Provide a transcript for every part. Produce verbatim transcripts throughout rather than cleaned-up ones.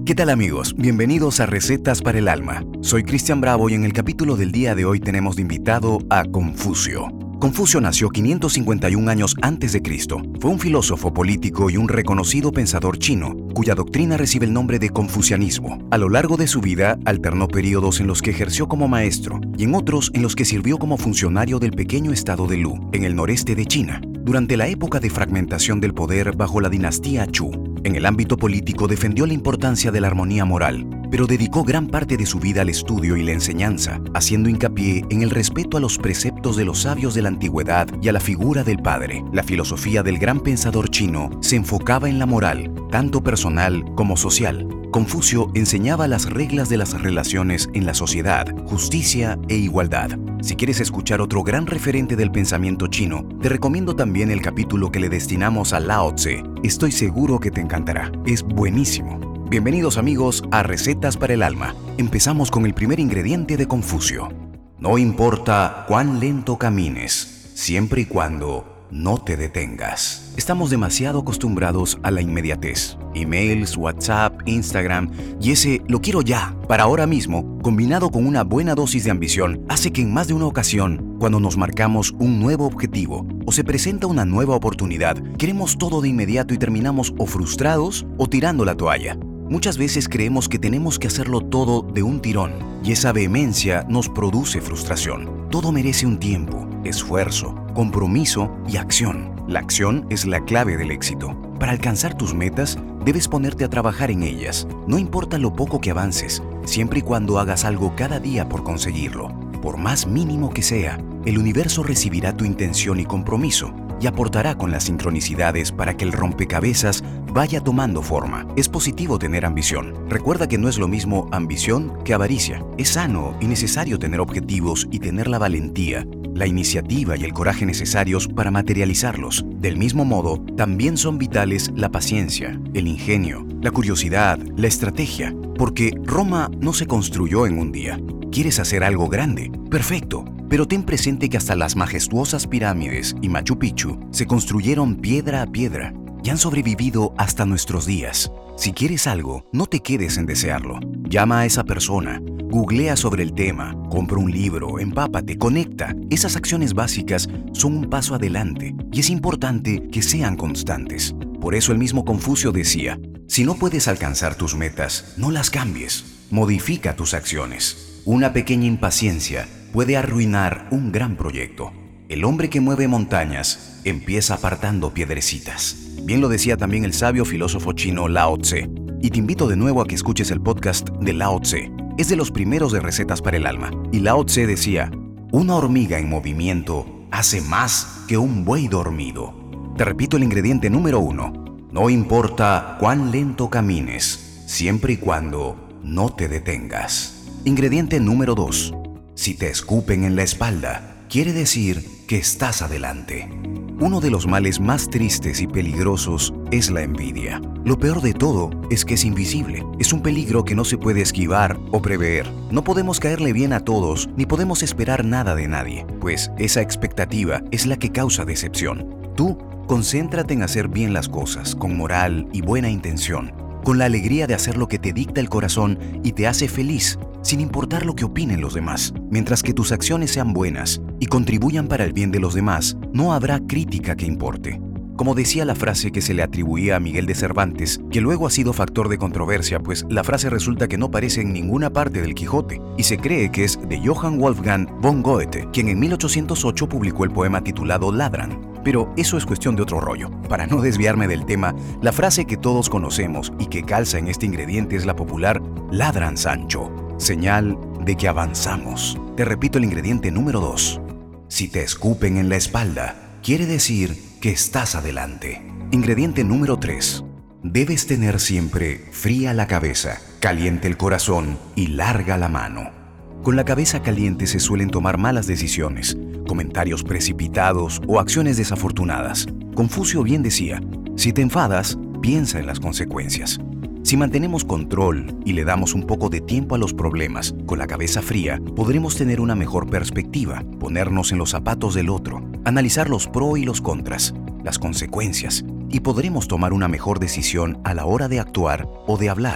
¿Qué tal amigos? Bienvenidos a Recetas para el Alma. Soy Cristian Bravo y en el capítulo del día de hoy tenemos de invitado a Confucio. Confucio nació quinientos cincuenta y un años antes de Cristo. Fue un filósofo político y un reconocido pensador chino, cuya doctrina recibe el nombre de confucianismo. A lo largo de su vida, alternó periodos en los que ejerció como maestro y en otros en los que sirvió como funcionario del pequeño estado de Lu, en el noreste de China, durante la época de fragmentación del poder bajo la dinastía Chu. En el ámbito político defendió la importancia de la armonía moral, pero dedicó gran parte de su vida al estudio y la enseñanza, haciendo hincapié en el respeto a los preceptos de los sabios de la antigüedad y a la figura del padre. La filosofía del gran pensador chino se enfocaba en la moral, tanto personal como social. Confucio enseñaba las reglas de las relaciones en la sociedad, justicia e igualdad. Si quieres escuchar otro gran referente del pensamiento chino, te recomiendo también el capítulo que le destinamos a Lao Tse. Estoy seguro que te encantará. Es buenísimo. Bienvenidos amigos a Recetas para el Alma. Empezamos con el primer ingrediente de Confucio. No importa cuán lento camines, siempre y cuando no te detengas. Estamos demasiado acostumbrados a la inmediatez. Emails, WhatsApp, Instagram y ese "lo quiero ya, para ahora mismo", combinado con una buena dosis de ambición, hace que en más de una ocasión, cuando nos marcamos un nuevo objetivo o se presenta una nueva oportunidad, queremos todo de inmediato y terminamos o frustrados o tirando la toalla. Muchas veces creemos que tenemos que hacerlo todo de un tirón y esa vehemencia nos produce frustración. Todo merece un tiempo, esfuerzo, compromiso y acción. La acción es la clave del éxito. Para alcanzar tus metas, debes ponerte a trabajar en ellas. No importa lo poco que avances, siempre y cuando hagas algo cada día por conseguirlo. Por más mínimo que sea, el universo recibirá tu intención y compromiso y aportará con las sincronicidades para que el rompecabezas vaya tomando forma. Es positivo tener ambición. Recuerda que no es lo mismo ambición que avaricia. Es sano y necesario tener objetivos y tener la valentía, la iniciativa y el coraje necesarios para materializarlos. Del mismo modo, también son vitales la paciencia, el ingenio, la curiosidad, la estrategia, porque Roma no se construyó en un día. ¿Quieres hacer algo grande? Perfecto. Pero ten presente que hasta las majestuosas pirámides y Machu Picchu se construyeron piedra a piedra y han sobrevivido hasta nuestros días. Si quieres algo, no te quedes en desearlo. Llama a esa persona, googlea sobre el tema, compra un libro, empápate, conecta. Esas acciones básicas son un paso adelante y es importante que sean constantes. Por eso el mismo Confucio decía, si no puedes alcanzar tus metas, no las cambies, modifica tus acciones. Una pequeña impaciencia puede arruinar un gran proyecto. El hombre que mueve montañas empieza apartando piedrecitas. Bien lo decía también el sabio filósofo chino Lao Tse. Y te invito de nuevo a que escuches el podcast de Lao Tse. Es de los primeros de Recetas para el Alma. Y Lao Tse decía, una hormiga en movimiento hace más que un buey dormido. Te repito el ingrediente número uno. No importa cuán lento camines, siempre y cuando no te detengas. Ingrediente número dos. Si te escupen en la espalda, quiere decir que estás adelante. Uno de los males más tristes y peligrosos es la envidia. Lo peor de todo es que es invisible. Es un peligro que no se puede esquivar o prever. No podemos caerle bien a todos, ni podemos esperar nada de nadie, pues esa expectativa es la que causa decepción. Tú, concéntrate en hacer bien las cosas, con moral y buena intención, con la alegría de hacer lo que te dicta el corazón y te hace feliz, sin importar lo que opinen los demás. Mientras que tus acciones sean buenas y contribuyan para el bien de los demás, no habrá crítica que importe. Como decía la frase que se le atribuía a Miguel de Cervantes, que luego ha sido factor de controversia, pues la frase resulta que no aparece en ninguna parte del Quijote, y se cree que es de Johann Wolfgang von Goethe, quien en mil ochocientos ocho publicó el poema titulado Ladran. Pero eso es cuestión de otro rollo. Para no desviarme del tema, la frase que todos conocemos y que calza en este ingrediente es la popular "Ladran, Sancho", señal de que avanzamos. Te repito el ingrediente número dos. Si te escupen en la espalda, quiere decir que estás adelante. Ingrediente número tres. Debes tener siempre fría la cabeza, caliente el corazón y larga la mano. Con la cabeza caliente se suelen tomar malas decisiones, comentarios precipitados o acciones desafortunadas. Confucio bien decía, si te enfadas, piensa en las consecuencias. Si mantenemos control y le damos un poco de tiempo a los problemas con la cabeza fría, podremos tener una mejor perspectiva, ponernos en los zapatos del otro, analizar los pros y los contras, las consecuencias, y podremos tomar una mejor decisión a la hora de actuar o de hablar.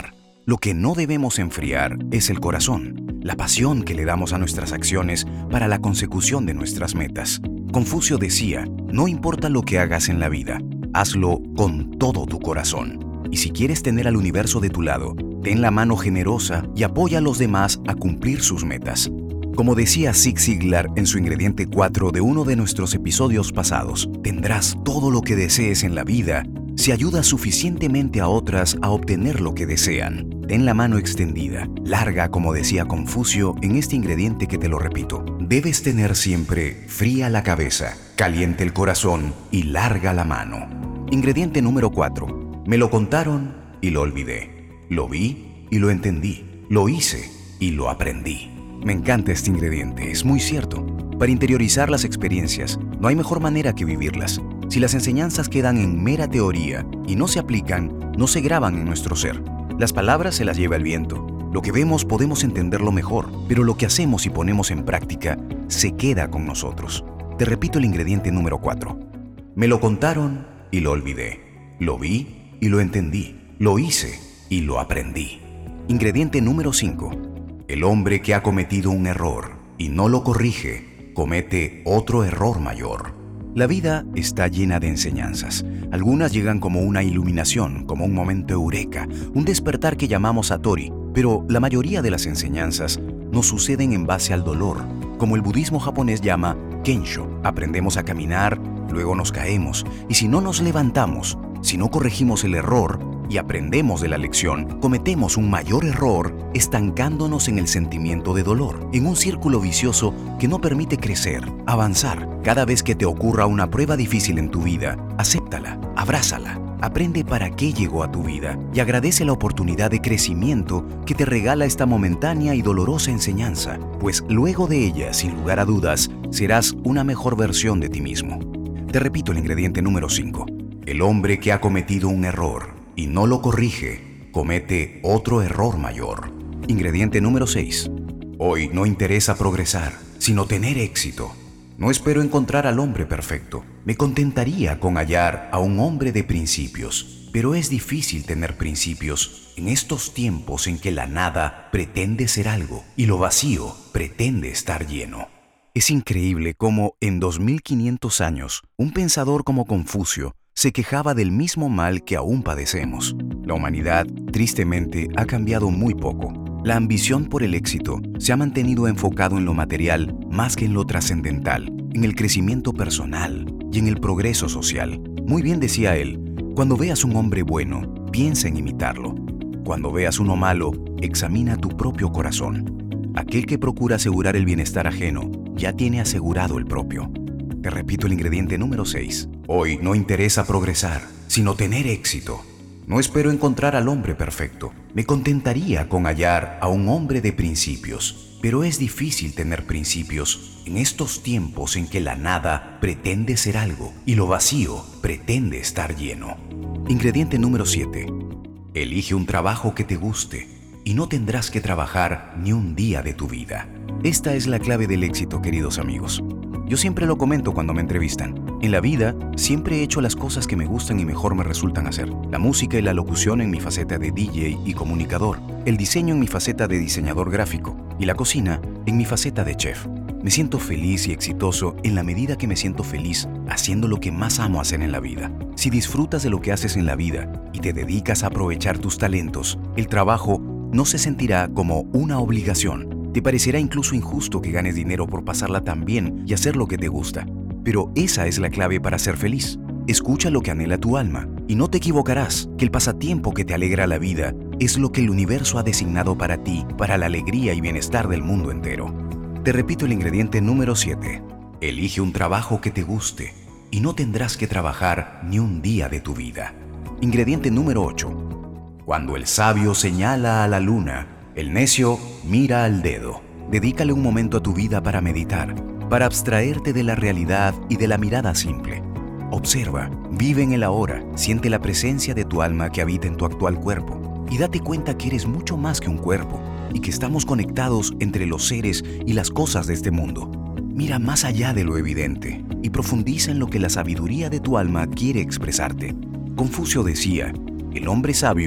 Lo que no debemos enfriar es el corazón, la pasión que le damos a nuestras acciones para la consecución de nuestras metas. Confucio decía, no importa lo que hagas en la vida, hazlo con todo tu corazón. Y si quieres tener al universo de tu lado, ten la mano generosa y apoya a los demás a cumplir sus metas. Como decía Zig Ziglar en su ingrediente cuatro de uno de nuestros episodios pasados, tendrás todo lo que desees en la vida si ayudas suficientemente a otras a obtener lo que desean. Ten la mano extendida, larga como decía Confucio en este ingrediente que te lo repito. Debes tener siempre fría la cabeza, caliente el corazón y larga la mano. Ingrediente número cuatro. Me lo contaron y lo olvidé. Lo vi y lo entendí. Lo hice y lo aprendí. Me encanta este ingrediente, es muy cierto. Para interiorizar las experiencias, no hay mejor manera que vivirlas. Si las enseñanzas quedan en mera teoría y no se aplican, no se graban en nuestro ser. Las palabras se las lleva el viento. Lo que vemos podemos entenderlo mejor, pero lo que hacemos y ponemos en práctica se queda con nosotros. Te repito el ingrediente número cuatro. Me lo contaron y lo olvidé. Lo vi y lo entendí. Lo hice y lo aprendí. Ingrediente número cinco. El hombre que ha cometido un error y no lo corrige, comete otro error mayor. La vida está llena de enseñanzas. Algunas llegan como una iluminación, como un momento eureka, un despertar que llamamos satori, pero la mayoría de las enseñanzas nos suceden en base al dolor, como el budismo japonés llama kensho. Aprendemos a caminar, luego nos caemos, y si no nos levantamos, si no corregimos el error y aprendemos de la lección, cometemos un mayor error estancándonos en el sentimiento de dolor, en un círculo vicioso que no permite crecer, avanzar. Cada vez que te ocurra una prueba difícil en tu vida, acéptala, abrázala, aprende para qué llegó a tu vida y agradece la oportunidad de crecimiento que te regala esta momentánea y dolorosa enseñanza, pues luego de ella, sin lugar a dudas, serás una mejor versión de ti mismo. Te repito el ingrediente número cinco. El hombre que ha cometido un error y no lo corrige, comete otro error mayor. Ingrediente número seis. Hoy no interesa progresar, sino tener éxito. No espero encontrar al hombre perfecto. Me contentaría con hallar a un hombre de principios. Pero es difícil tener principios en estos tiempos en que la nada pretende ser algo y lo vacío pretende estar lleno. Es increíble cómo en dos mil quinientos años, un pensador como Confucio se quejaba del mismo mal que aún padecemos. La humanidad, tristemente, ha cambiado muy poco. La ambición por el éxito se ha mantenido enfocado en lo material más que en lo trascendental, en el crecimiento personal y en el progreso social. Muy bien decía él, cuando veas un hombre bueno, piensa en imitarlo. Cuando veas uno malo, examina tu propio corazón. Aquel que procura asegurar el bienestar ajeno, ya tiene asegurado el propio. Te repito el ingrediente número seis. Hoy no interesa progresar, sino tener éxito. No espero encontrar al hombre perfecto. Me contentaría con hallar a un hombre de principios. Pero es difícil tener principios en estos tiempos en que la nada pretende ser algo y lo vacío pretende estar lleno. Ingrediente número siete. Elige un trabajo que te guste y no tendrás que trabajar ni un día de tu vida. Esta es la clave del éxito, queridos amigos. Yo siempre lo comento cuando me entrevistan. En la vida, siempre he hecho las cosas que me gustan y mejor me resultan hacer. La música y la locución en mi faceta de D J y comunicador. El diseño en mi faceta de diseñador gráfico. Y la cocina en mi faceta de chef. Me siento feliz y exitoso en la medida que me siento feliz haciendo lo que más amo hacer en la vida. Si disfrutas de lo que haces en la vida y te dedicas a aprovechar tus talentos, el trabajo no se sentirá como una obligación. Te parecerá incluso injusto que ganes dinero por pasarla tan bien y hacer lo que te gusta. Pero esa es la clave para ser feliz. Escucha lo que anhela tu alma y no te equivocarás que el pasatiempo que te alegra la vida es lo que el universo ha designado para ti, para la alegría y bienestar del mundo entero. Te repito el ingrediente número siete. Elige un trabajo que te guste y no tendrás que trabajar ni un día de tu vida. Ingrediente número ocho. Cuando el sabio señala a la luna, el necio mira al dedo. Dedícale un momento a tu vida para meditar, para abstraerte de la realidad y de la mirada simple. Observa, vive en el ahora, siente la presencia de tu alma que habita en tu actual cuerpo y date cuenta que eres mucho más que un cuerpo y que estamos conectados entre los seres y las cosas de este mundo. Mira más allá de lo evidente y profundiza en lo que la sabiduría de tu alma quiere expresarte. Confucio decía, el hombre sabio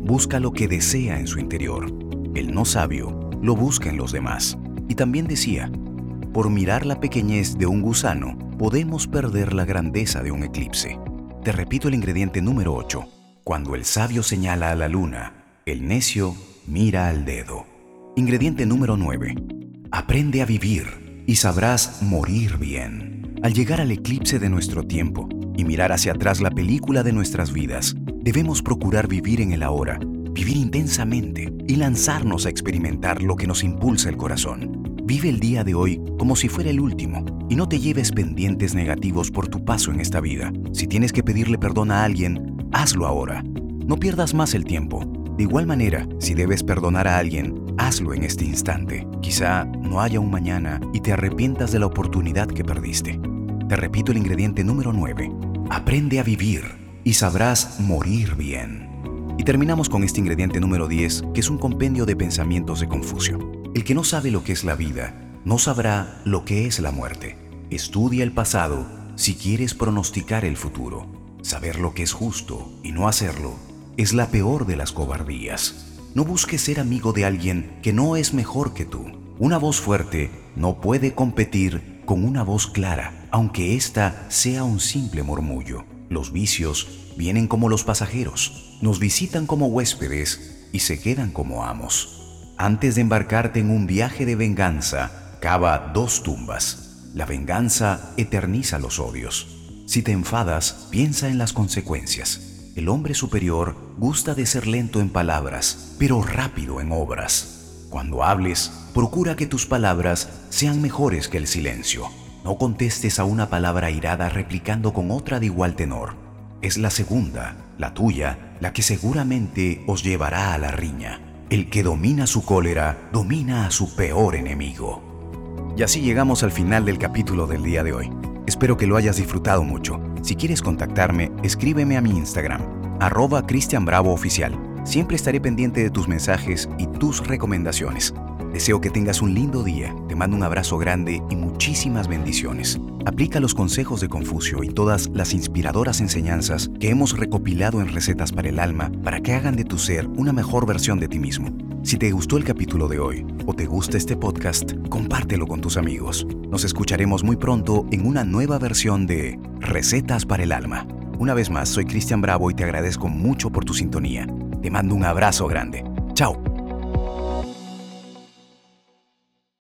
busca lo que desea en su interior. El no sabio lo busca en los demás. Y también decía, por mirar la pequeñez de un gusano, podemos perder la grandeza de un eclipse. Te repito el ingrediente número ocho. Cuando el sabio señala a la luna, el necio mira al dedo. Ingrediente número nueve. Aprende a vivir y sabrás morir bien. Al llegar al eclipse de nuestro tiempo y mirar hacia atrás la película de nuestras vidas, debemos procurar vivir en el ahora, vivir intensamente y lanzarnos a experimentar lo que nos impulsa el corazón. Vive el día de hoy como si fuera el último y no te lleves pendientes negativos por tu paso en esta vida. Si tienes que pedirle perdón a alguien, hazlo ahora. No pierdas más el tiempo. De igual manera, si debes perdonar a alguien, hazlo en este instante. Quizá no haya un mañana y te arrepientas de la oportunidad que perdiste. Te repito el ingrediente número nueve. Aprende a vivir y sabrás morir bien. Y terminamos con este ingrediente número diez, que es un compendio de pensamientos de Confucio. El que no sabe lo que es la vida, no sabrá lo que es la muerte. Estudia el pasado si quieres pronosticar el futuro. Saber lo que es justo y no hacerlo es la peor de las cobardías. No busques ser amigo de alguien que no es mejor que tú. Una voz fuerte no puede competir con una voz clara, aunque ésta sea un simple murmullo. Los vicios vienen como los pasajeros, nos visitan como huéspedes y se quedan como amos. Antes de embarcarte en un viaje de venganza, cava dos tumbas. La venganza eterniza los odios. Si te enfadas, piensa en las consecuencias. El hombre superior gusta de ser lento en palabras, pero rápido en obras. Cuando hables, procura que tus palabras sean mejores que el silencio. No contestes a una palabra airada replicando con otra de igual tenor. Es la segunda, la tuya, la que seguramente os llevará a la riña. El que domina su cólera, domina a su peor enemigo. Y así llegamos al final del capítulo del día de hoy. Espero que lo hayas disfrutado mucho. Si quieres contactarme, escríbeme a mi Instagram, arroba Cristian Bravo Oficial. Siempre estaré pendiente de tus mensajes y tus recomendaciones. Deseo que tengas un lindo día. Te mando un abrazo grande y muchísimas bendiciones. Aplica los consejos de Confucio y todas las inspiradoras enseñanzas que hemos recopilado en Recetas para el Alma para que hagan de tu ser una mejor versión de ti mismo. Si te gustó el capítulo de hoy o te gusta este podcast, compártelo con tus amigos. Nos escucharemos muy pronto en una nueva versión de Recetas para el Alma. Una vez más, soy Cristian Bravo y te agradezco mucho por tu sintonía. Te mando un abrazo grande. Chao.